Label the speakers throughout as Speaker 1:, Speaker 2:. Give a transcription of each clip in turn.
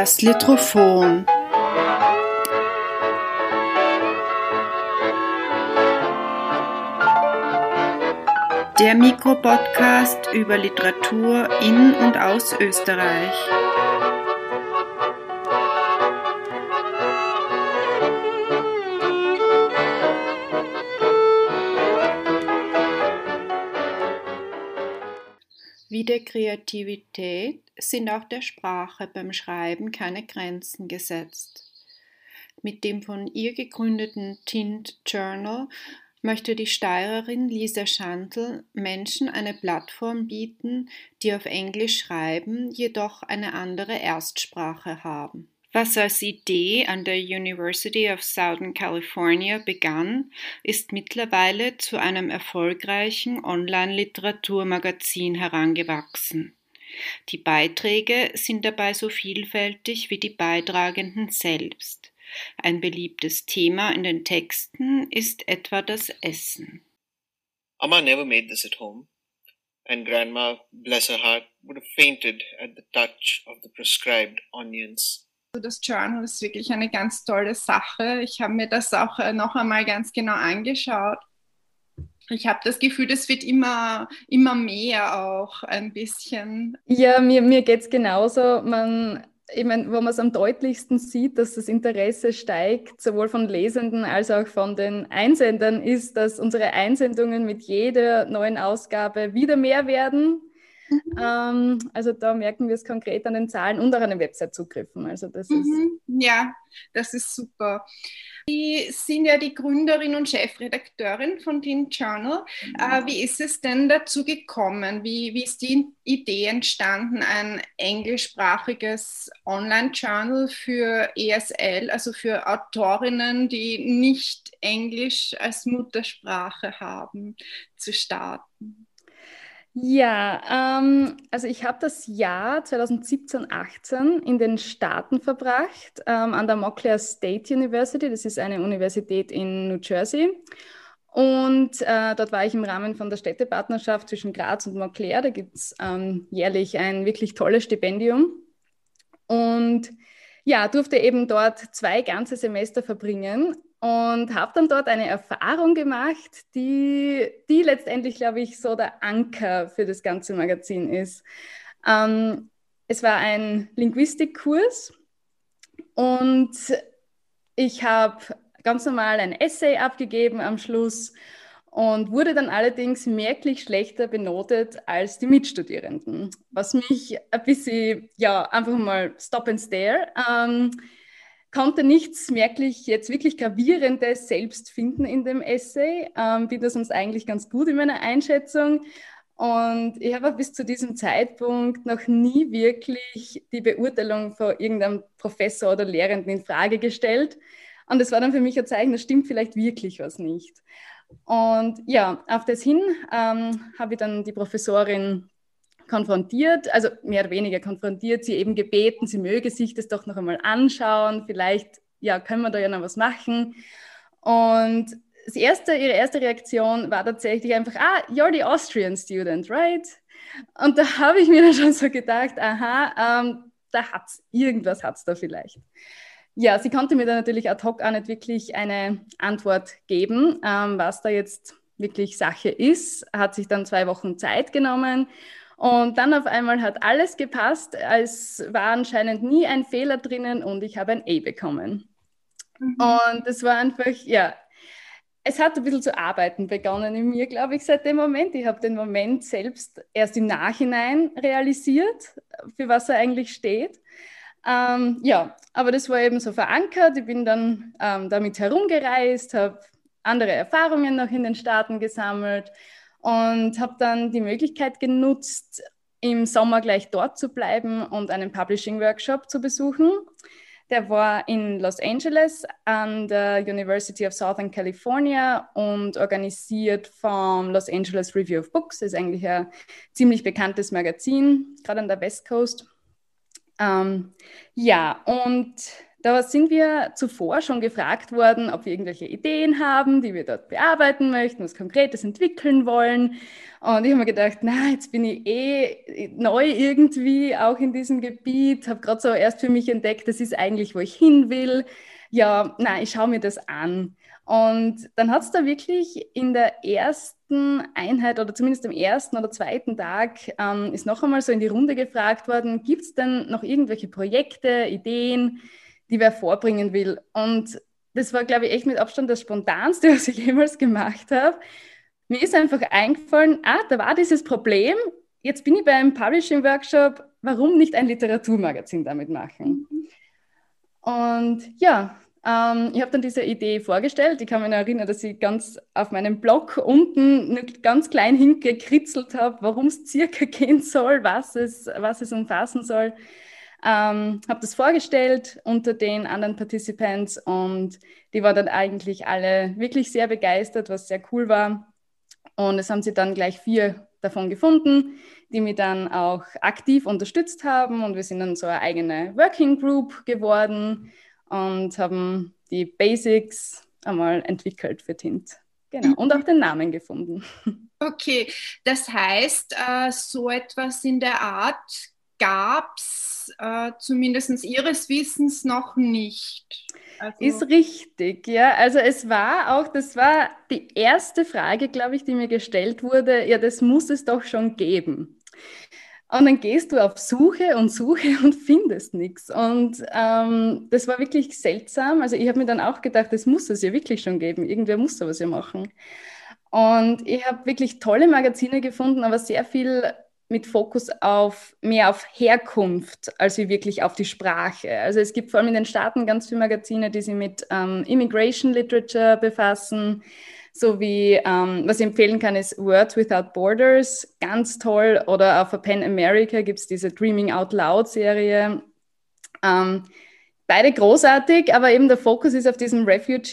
Speaker 1: Das Litrophon. Der Mikropodcast über Literatur in und aus Österreich. Wie der Kreativität sind auch der Sprache beim Schreiben keine Grenzen gesetzt. Mit dem von ihr gegründeten Tint Journal möchte die Steirerin Lisa Schandl Menschen eine Plattform bieten, die auf Englisch schreiben, jedoch eine andere Erstsprache haben. Was als Idee an der University of Southern California begann, ist mittlerweile zu einem erfolgreichen Online-Literaturmagazin herangewachsen. Die Beiträge sind dabei so vielfältig wie die Beitragenden selbst. Ein beliebtes Thema in den Texten ist etwa das Essen.
Speaker 2: Amma never made this at home, and Grandma, bless her heart, would have fainted at the touch of the prescribed onions.
Speaker 3: Das Journal ist wirklich eine ganz tolle Sache. Ich habe mir das auch noch einmal ganz genau angeschaut. Ich habe das Gefühl, das wird immer mehr auch ein bisschen.
Speaker 4: Ja, mir geht es genauso. Wo man es am deutlichsten sieht, dass das Interesse steigt, sowohl von Lesenden als auch von den Einsendern, ist, dass unsere Einsendungen mit jeder neuen Ausgabe wieder mehr werden. Also da merken wir es konkret an den Zahlen und auch an den Website-Zugriffen. Also das ist
Speaker 3: ja, das ist super. Sie sind ja die Gründerin und Chefredakteurin von Tint Journal. Wie ist es denn dazu gekommen? Wie ist die Idee entstanden, ein englischsprachiges Online-Journal für ESL, also für Autorinnen, die nicht Englisch als Muttersprache haben, zu starten?
Speaker 4: Ja, also ich habe das Jahr 2017-18 in den Staaten verbracht, an der Montclair State University. Das ist eine Universität in New Jersey. Und dort war ich im Rahmen von der Städtepartnerschaft zwischen Graz und Montclair. Da gibt es jährlich ein wirklich tolles Stipendium. Und ja, durfte eben dort 2 ganze Semester verbringen. Und habe dann dort eine Erfahrung gemacht, die letztendlich, glaube ich, so der Anker für das ganze Magazin ist. Es war ein Linguistikkurs und ich habe ganz normal ein Essay abgegeben am Schluss und wurde dann allerdings merklich schlechter benotet als die Mitstudierenden, was mich ein bisschen, ja, einfach mal stop and stare, konnte nichts merklich jetzt wirklich Gravierendes selbst finden in dem Essay. Bin da sonst eigentlich ganz gut in meiner Einschätzung. Und ich habe bis zu diesem Zeitpunkt noch nie wirklich die Beurteilung von irgendeinem Professor oder Lehrenden in Frage gestellt. Und das war dann für mich ein Zeichen, da stimmt vielleicht wirklich was nicht. Und ja, auf das hin habe ich dann die Professorin konfrontiert, also mehr oder weniger konfrontiert, sie eben gebeten, sie möge sich das doch noch einmal anschauen, vielleicht ja, können wir da ja noch was machen. Und ihre erste Reaktion war tatsächlich einfach, you're the Austrian student, right? Und da habe ich mir dann schon so gedacht, irgendwas hat's da vielleicht. Ja, sie konnte mir dann natürlich ad hoc auch nicht wirklich eine Antwort geben, was da jetzt wirklich Sache ist, hat sich dann 2 Wochen Zeit genommen. Und dann auf einmal hat alles gepasst, es war anscheinend nie ein Fehler drinnen und ich habe ein A bekommen. Und es war einfach, ja, es hat ein bisschen zu arbeiten begonnen in mir, glaube ich, seit dem Moment. Ich habe den Moment selbst erst im Nachhinein realisiert, für was er eigentlich steht. Ja, aber das war eben so verankert. Ich bin dann damit herumgereist, habe andere Erfahrungen noch in den Staaten gesammelt und habe dann die Möglichkeit genutzt, im Sommer gleich dort zu bleiben und einen Publishing-Workshop zu besuchen. Der war in Los Angeles an der University of Southern California und organisiert vom Los Angeles Review of Books. Das ist eigentlich ein ziemlich bekanntes Magazin, gerade an der West Coast. Ja, und Da sind wir zuvor schon gefragt worden, ob wir irgendwelche Ideen haben, die wir dort bearbeiten möchten, was Konkretes entwickeln wollen. Und ich habe mir gedacht, na, jetzt bin ich neu irgendwie auch in diesem Gebiet, habe gerade so erst für mich entdeckt, das ist eigentlich, wo ich hin will. Ja, na, ich schaue mir das an. Und dann hat es da wirklich in der ersten Einheit oder zumindest am ersten oder zweiten Tag ist noch einmal so in die Runde gefragt worden, gibt es denn noch irgendwelche Projekte, Ideen, die wer vorbringen will? Und das war, glaube ich, echt mit Abstand das Spontanste, was ich jemals gemacht habe. Mir ist einfach eingefallen, da war dieses Problem, jetzt bin ich beim Publishing-Workshop, warum nicht ein Literaturmagazin damit machen? Und ja, ich habe dann diese Idee vorgestellt. Ich kann mich noch erinnern, dass ich ganz auf meinem Blog unten ganz klein hingekritzelt habe, warum es circa gehen soll, was es umfassen soll. Habe das vorgestellt unter den anderen Participants und die waren dann eigentlich alle wirklich sehr begeistert, was sehr cool war. Und es haben sie dann gleich 4 davon gefunden, die mich dann auch aktiv unterstützt haben. Und wir sind dann so eine eigene Working Group geworden und haben die Basics einmal entwickelt für Tint. Genau. Und auch den Namen gefunden.
Speaker 3: Okay, das heißt, so etwas in der Art gab es zumindest Ihres Wissens noch nicht. Also
Speaker 4: ist richtig, ja. Also das war die erste Frage, glaube ich, die mir gestellt wurde. Ja, das muss es doch schon geben. Und dann gehst du auf Suche und findest nichts. Und das war wirklich seltsam. Also ich habe mir dann auch gedacht, das muss es ja wirklich schon geben. Irgendwer muss sowas ja machen. Und ich habe wirklich tolle Magazine gefunden, aber sehr viel mit Fokus mehr auf Herkunft, als wie wirklich auf die Sprache. Also es gibt vor allem in den Staaten ganz viele Magazine, die sich mit Immigration Literature befassen, sowie, was ich empfehlen kann, ist Words Without Borders, ganz toll. Oder auf Pen America gibt es diese Dreaming Out Loud Serie. Beide großartig, aber eben der Fokus ist auf diesem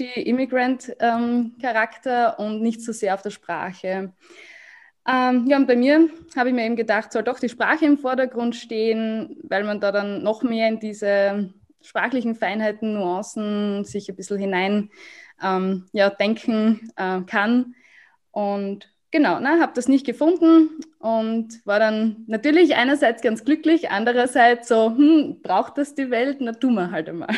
Speaker 4: Refugee-Immigrant-Charakter und nicht so sehr auf der Sprache. Ja, und bei mir habe ich mir eben gedacht, soll doch die Sprache im Vordergrund stehen, weil man da dann noch mehr in diese sprachlichen Feinheiten, Nuancen sich ein bisschen hinein denken kann. Und genau, habe das nicht gefunden und war dann natürlich einerseits ganz glücklich, andererseits so, braucht das die Welt? Na, tun wir halt einmal.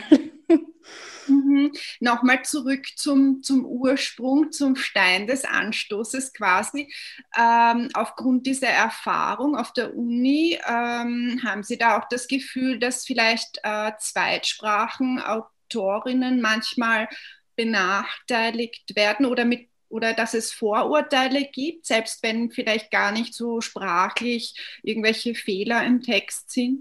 Speaker 3: Nochmal zurück zum Ursprung, zum Stein des Anstoßes quasi. Aufgrund dieser Erfahrung auf der Uni haben Sie da auch das Gefühl, dass vielleicht Zweitsprachenautorinnen manchmal benachteiligt werden oder dass es Vorurteile gibt, selbst wenn vielleicht gar nicht so sprachlich irgendwelche Fehler im Text sind?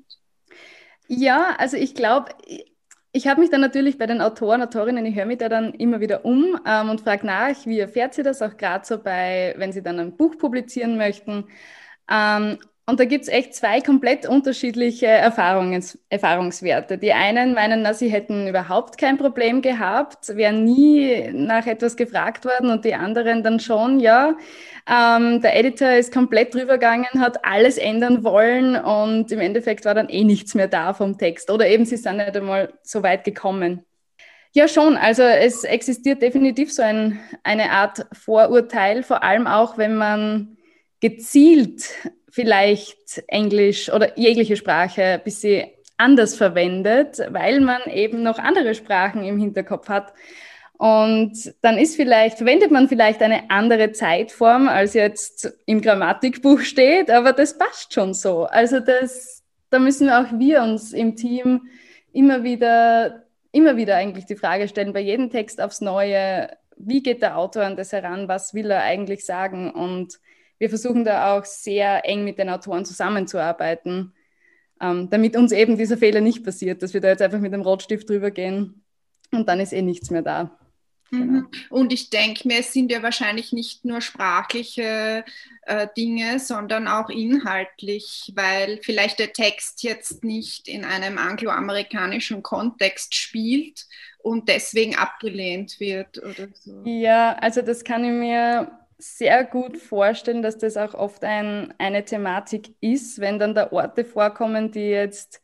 Speaker 4: Ja, also ich glaube, ich habe mich dann natürlich bei den Autoren, Autorinnen, ich höre mich da dann immer wieder um und frage nach, wie erfährt sie das, auch gerade so wenn sie dann ein Buch publizieren möchten. Und da gibt es echt 2 komplett unterschiedliche Erfahrungswerte. Die einen meinen, na, sie hätten überhaupt kein Problem gehabt, wären nie nach etwas gefragt worden, und die anderen dann schon, ja, der Editor ist komplett drüber gegangen, hat alles ändern wollen und im Endeffekt war dann nichts mehr da vom Text. Oder eben, sie sind nicht einmal so weit gekommen. Ja, schon. Also es existiert definitiv so eine Art Vorurteil, vor allem auch, wenn man gezielt vielleicht Englisch oder jegliche Sprache ein bisschen anders verwendet, weil man eben noch andere Sprachen im Hinterkopf hat. Und dann verwendet man vielleicht eine andere Zeitform, als jetzt im Grammatikbuch steht, aber das passt schon so. Also da müssen auch wir uns im Team immer wieder eigentlich die Frage stellen, bei jedem Text aufs Neue, wie geht der Autor an das heran, was will er eigentlich sagen? Und wir versuchen da auch sehr eng mit den Autoren zusammenzuarbeiten, damit uns eben dieser Fehler nicht passiert, dass wir da jetzt einfach mit dem Rotstift drüber gehen und dann ist nichts mehr da.
Speaker 3: Genau. Und ich denke mir, es sind ja wahrscheinlich nicht nur sprachliche Dinge, sondern auch inhaltlich, weil vielleicht der Text jetzt nicht in einem angloamerikanischen Kontext spielt und deswegen abgelehnt wird oder so.
Speaker 4: Ja, also das kann ich mir sehr gut vorstellen, dass das auch oft eine Thematik ist, wenn dann da Orte vorkommen, die jetzt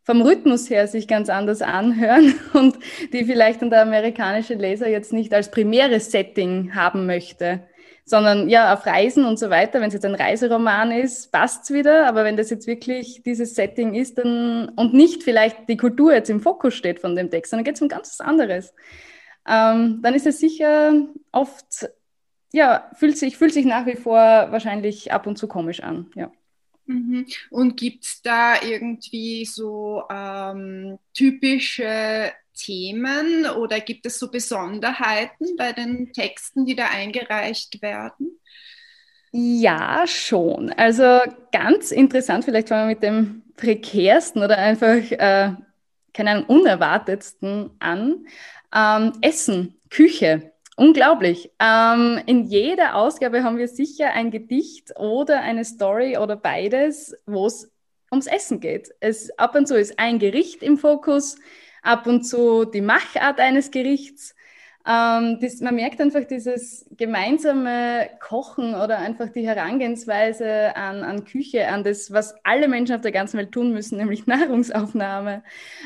Speaker 4: vom Rhythmus her sich ganz anders anhören und die vielleicht dann der amerikanische Leser jetzt nicht als primäres Setting haben möchte, sondern ja, auf Reisen und so weiter. Wenn es jetzt ein Reiseroman ist, passt's wieder, aber wenn das jetzt wirklich dieses Setting ist, dann und nicht vielleicht die Kultur jetzt im Fokus steht von dem Text, sondern geht es um ganz was anderes, dann ist es sicher oft, ja, fühlt sich nach wie vor wahrscheinlich ab und zu komisch an, ja.
Speaker 3: Und gibt es da irgendwie so typische Themen oder gibt es so Besonderheiten bei den Texten, die da eingereicht werden?
Speaker 4: Ja, schon. Also ganz interessant, vielleicht fangen wir mit dem prekärsten oder einfach, keine Ahnung, unerwartetsten an. Essen, Küche. Unglaublich. In jeder Ausgabe haben wir sicher ein Gedicht oder eine Story oder beides, wo es ums Essen geht. Ab und zu ist ein Gericht im Fokus, ab und zu die Machart eines Gerichts. Man merkt einfach dieses gemeinsame Kochen oder einfach die Herangehensweise an Küche, an das, was alle Menschen auf der ganzen Welt tun müssen, nämlich Nahrungsaufnahme,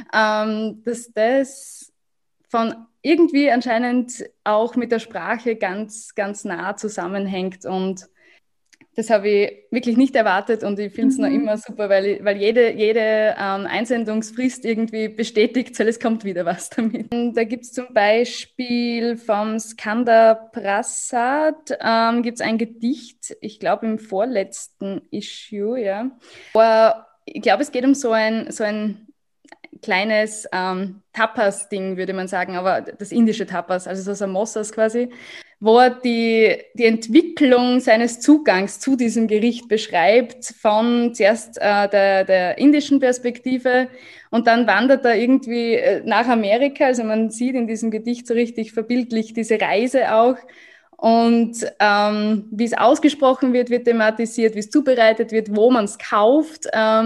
Speaker 4: dass das von irgendwie anscheinend auch mit der Sprache ganz, ganz nah zusammenhängt und das habe ich wirklich nicht erwartet und ich finde es noch immer super, weil jede Einsendungsfrist irgendwie bestätigt, es kommt wieder was damit. Und da gibt es zum Beispiel vom Skandar Prasad gibt es ein Gedicht, ich glaube im vorletzten Issue, ja. Aber ich glaube, es geht um so ein kleines Tapas-Ding, würde man sagen, aber das indische Tapas, also so Samosas quasi, wo er die Entwicklung seines Zugangs zu diesem Gericht beschreibt, von zuerst der indischen Perspektive und dann wandert er irgendwie nach Amerika, also man sieht in diesem Gedicht so richtig verbildlich diese Reise auch und wie es ausgesprochen wird, wird thematisiert, wie es zubereitet wird, wo man es kauft,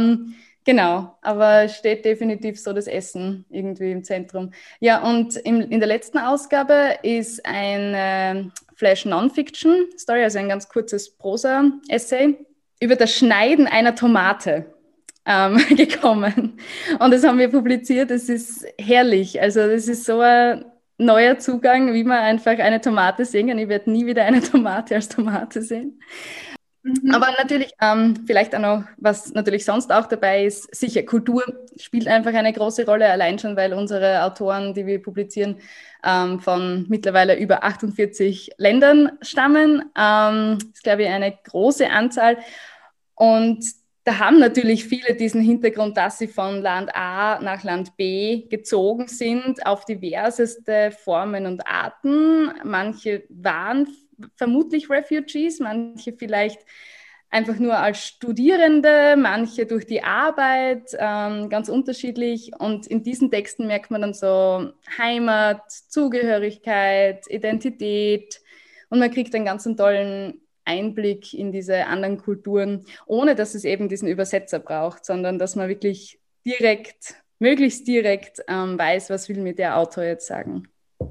Speaker 4: genau, aber es steht definitiv so das Essen irgendwie im Zentrum. Ja, und in der letzten Ausgabe ist eine Flash-Non-Fiction-Story, also ein ganz kurzes Prosa-Essay, über das Schneiden einer Tomate gekommen. Und das haben wir publiziert, das ist herrlich. Also das ist so ein neuer Zugang, wie man einfach eine Tomate sehen kann. Ich werde nie wieder eine Tomate als Tomate sehen. Aber natürlich, vielleicht auch noch, was natürlich sonst auch dabei ist, sicher, Kultur spielt einfach eine große Rolle, allein schon, weil unsere Autoren, die wir publizieren, von mittlerweile über 48 Ländern stammen. Das ist, glaube ich, eine große Anzahl. Und da haben natürlich viele diesen Hintergrund, dass sie von Land A nach Land B gezogen sind, auf diverseste Formen und Arten. Manche waren vermutlich Refugees, manche vielleicht einfach nur als Studierende, manche durch die Arbeit, ganz unterschiedlich. Und in diesen Texten merkt man dann so Heimat, Zugehörigkeit, Identität und man kriegt einen ganz tollen Einblick in diese anderen Kulturen, ohne dass es eben diesen Übersetzer braucht, sondern dass man wirklich möglichst direkt weiß, was will mir der Autor jetzt sagen.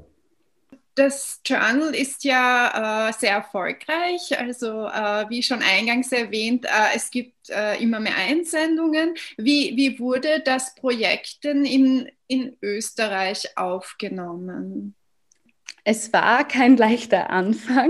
Speaker 3: Das Journal ist ja sehr erfolgreich, also wie schon eingangs erwähnt, es gibt immer mehr Einsendungen. Wie wurde das Projekt denn in Österreich aufgenommen?
Speaker 4: Es war kein leichter Anfang,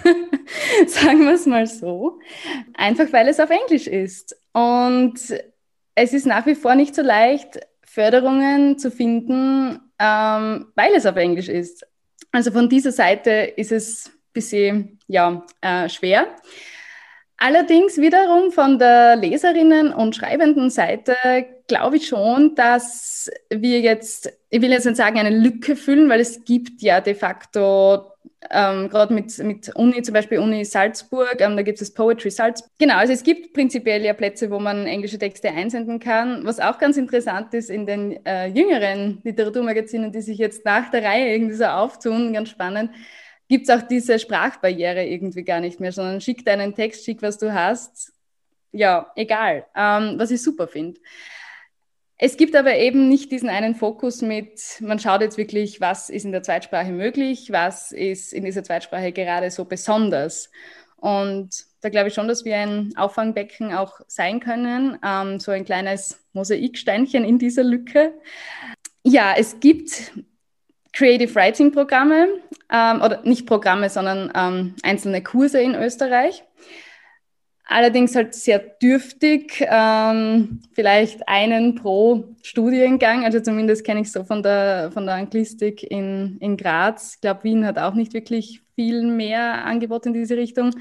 Speaker 4: sagen wir es mal so, einfach weil es auf Englisch ist. Und es ist nach wie vor nicht so leicht, Förderungen zu finden, weil es auf Englisch ist. Also von dieser Seite ist es ein bisschen schwer. Allerdings wiederum von der Leserinnen- und schreibenden Seite glaube ich schon, dass wir jetzt, ich will jetzt nicht sagen, eine Lücke füllen, weil es gibt ja de facto gerade mit Uni, zum Beispiel Uni Salzburg, da gibt es Poetry Salzburg. Genau, also es gibt prinzipiell ja Plätze, wo man englische Texte einsenden kann. Was auch ganz interessant ist in den jüngeren Literaturmagazinen, die sich jetzt nach der Reihe irgendwie so auftun, ganz spannend, gibt es auch diese Sprachbarriere irgendwie gar nicht mehr, sondern schick deinen Text, schick, was du hast. Ja, egal, was ich super finde. Es gibt aber eben nicht diesen einen Fokus mit, man schaut jetzt wirklich, was ist in der Zweitsprache möglich, was ist in dieser Zweitsprache gerade so besonders. Und da glaube ich schon, dass wir ein Auffangbecken auch sein können, so ein kleines Mosaiksteinchen in dieser Lücke. Ja, es gibt Creative Writing Programme, oder nicht Programme, sondern einzelne Kurse in Österreich. Allerdings halt sehr dürftig, vielleicht einen pro Studiengang, also zumindest kenne ich es so von der Anglistik in Graz. Ich glaube, Wien hat auch nicht wirklich viel mehr Angebot in diese Richtung.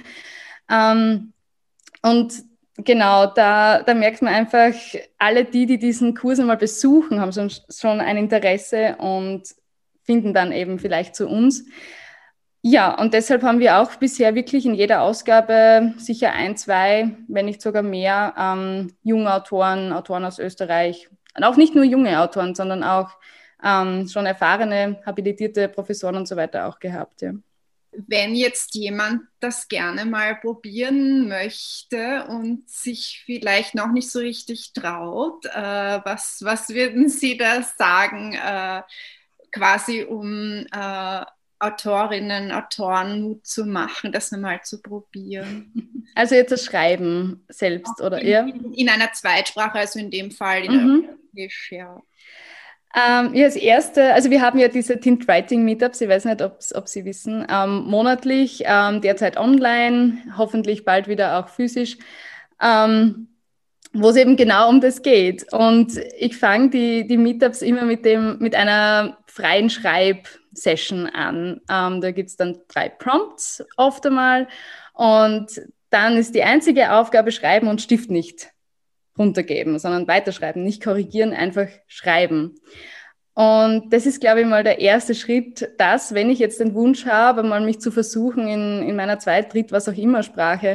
Speaker 4: Und genau, da merkt man einfach, alle die diesen Kurs einmal besuchen, haben schon ein Interesse und finden dann eben vielleicht zu uns. Ja, und deshalb haben wir auch bisher wirklich in jeder Ausgabe sicher 1, 2, wenn nicht sogar mehr, junge Autoren aus Österreich. Und auch nicht nur junge Autoren, sondern auch schon erfahrene, habilitierte Professoren und so weiter auch gehabt. Ja.
Speaker 3: Wenn jetzt jemand das gerne mal probieren möchte und sich vielleicht noch nicht so richtig traut, was würden Sie da sagen, quasi um Autorinnen, Autoren Mut zu machen, das mal zu probieren?
Speaker 4: Also jetzt das Schreiben selbst, oder eher?
Speaker 3: In einer Zweitsprache, also in dem Fall in Englisch, ja.
Speaker 4: Ja, das erste, also wir haben ja diese Tint Writing Meetups, ich weiß nicht, ob Sie wissen, monatlich, derzeit online, hoffentlich bald wieder auch physisch, wo es eben genau um das geht. Und ich fange die Meetups immer mit einer freien Schreibsession an. Da gibt es dann 3 Prompts oft einmal und dann ist die einzige Aufgabe schreiben und Stift nicht runtergeben, sondern weiterschreiben, nicht korrigieren, einfach schreiben. Und das ist, glaube ich, mal der erste Schritt, dass, wenn ich jetzt den Wunsch habe, mal mich zu versuchen in meiner Zweit-, Dritt-, was auch immer Sprache,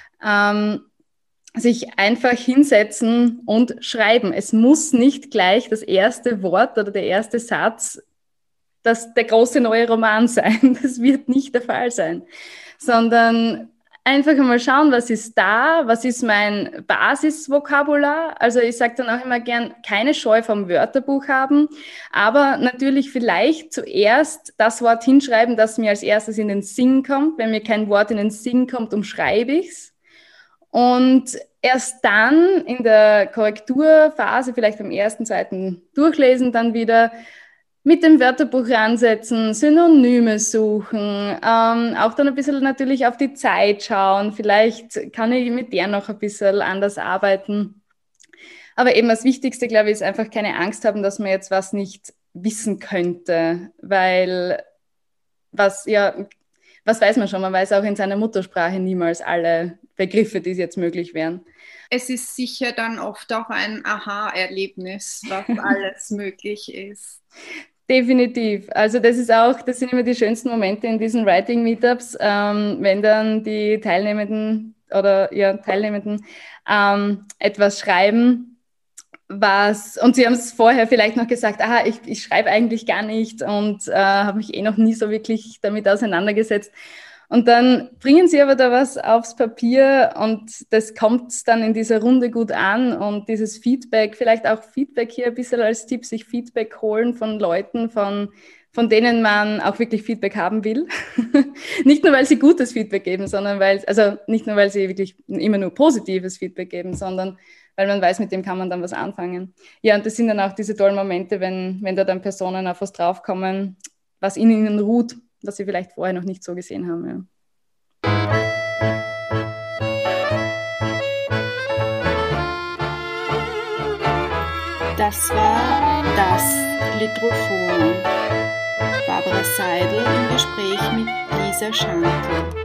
Speaker 4: sich einfach hinsetzen und schreiben. Es muss nicht gleich das erste Wort oder der erste Satz der große neue Roman sein. Das wird nicht der Fall sein, sondern einfach einmal schauen, was ist da, was ist mein Basisvokabular. Also ich sage dann auch immer gern, keine Scheu vom Wörterbuch haben, aber natürlich vielleicht zuerst das Wort hinschreiben, das mir als erstes in den Sinn kommt. Wenn mir kein Wort in den Sinn kommt, umschreibe ich es. Und erst dann in der Korrekturphase, vielleicht beim ersten, zweiten Durchlesen dann wieder mit dem Wörterbuch ransetzen, Synonyme suchen, auch dann ein bisschen natürlich auf die Zeit schauen. Vielleicht kann ich mit der noch ein bisschen anders arbeiten. Aber eben das Wichtigste, glaube ich, ist einfach keine Angst haben, dass man jetzt was nicht wissen könnte, weil was weiß man schon? Man weiß auch in seiner Muttersprache niemals alle Begriffe, die jetzt möglich wären.
Speaker 3: Es ist sicher dann oft auch ein Aha-Erlebnis, was alles möglich ist.
Speaker 4: Definitiv. Also das sind immer die schönsten Momente in diesen Writing-Meetups, wenn dann die Teilnehmenden etwas schreiben, und sie haben es vorher vielleicht noch gesagt, ich schreibe eigentlich gar nicht und habe mich noch nie so wirklich damit auseinandergesetzt. Und dann bringen sie aber da was aufs Papier und das kommt dann in dieser Runde gut an und dieses Feedback, vielleicht auch Feedback hier ein bisschen als Tipp, sich Feedback holen von Leuten, von denen man auch wirklich Feedback haben will. Nicht nur, weil sie gutes Feedback geben, sondern nicht nur, weil sie wirklich immer nur positives Feedback geben, sondern weil man weiß, mit dem kann man dann was anfangen. Ja, und das sind dann auch diese tollen Momente, wenn da dann Personen auf was draufkommen, was in ihnen ruht, was sie vielleicht vorher noch nicht so gesehen haben. Ja.
Speaker 1: Das war das Litrophon. Barbara Seidel im Gespräch mit Lisa Schankel.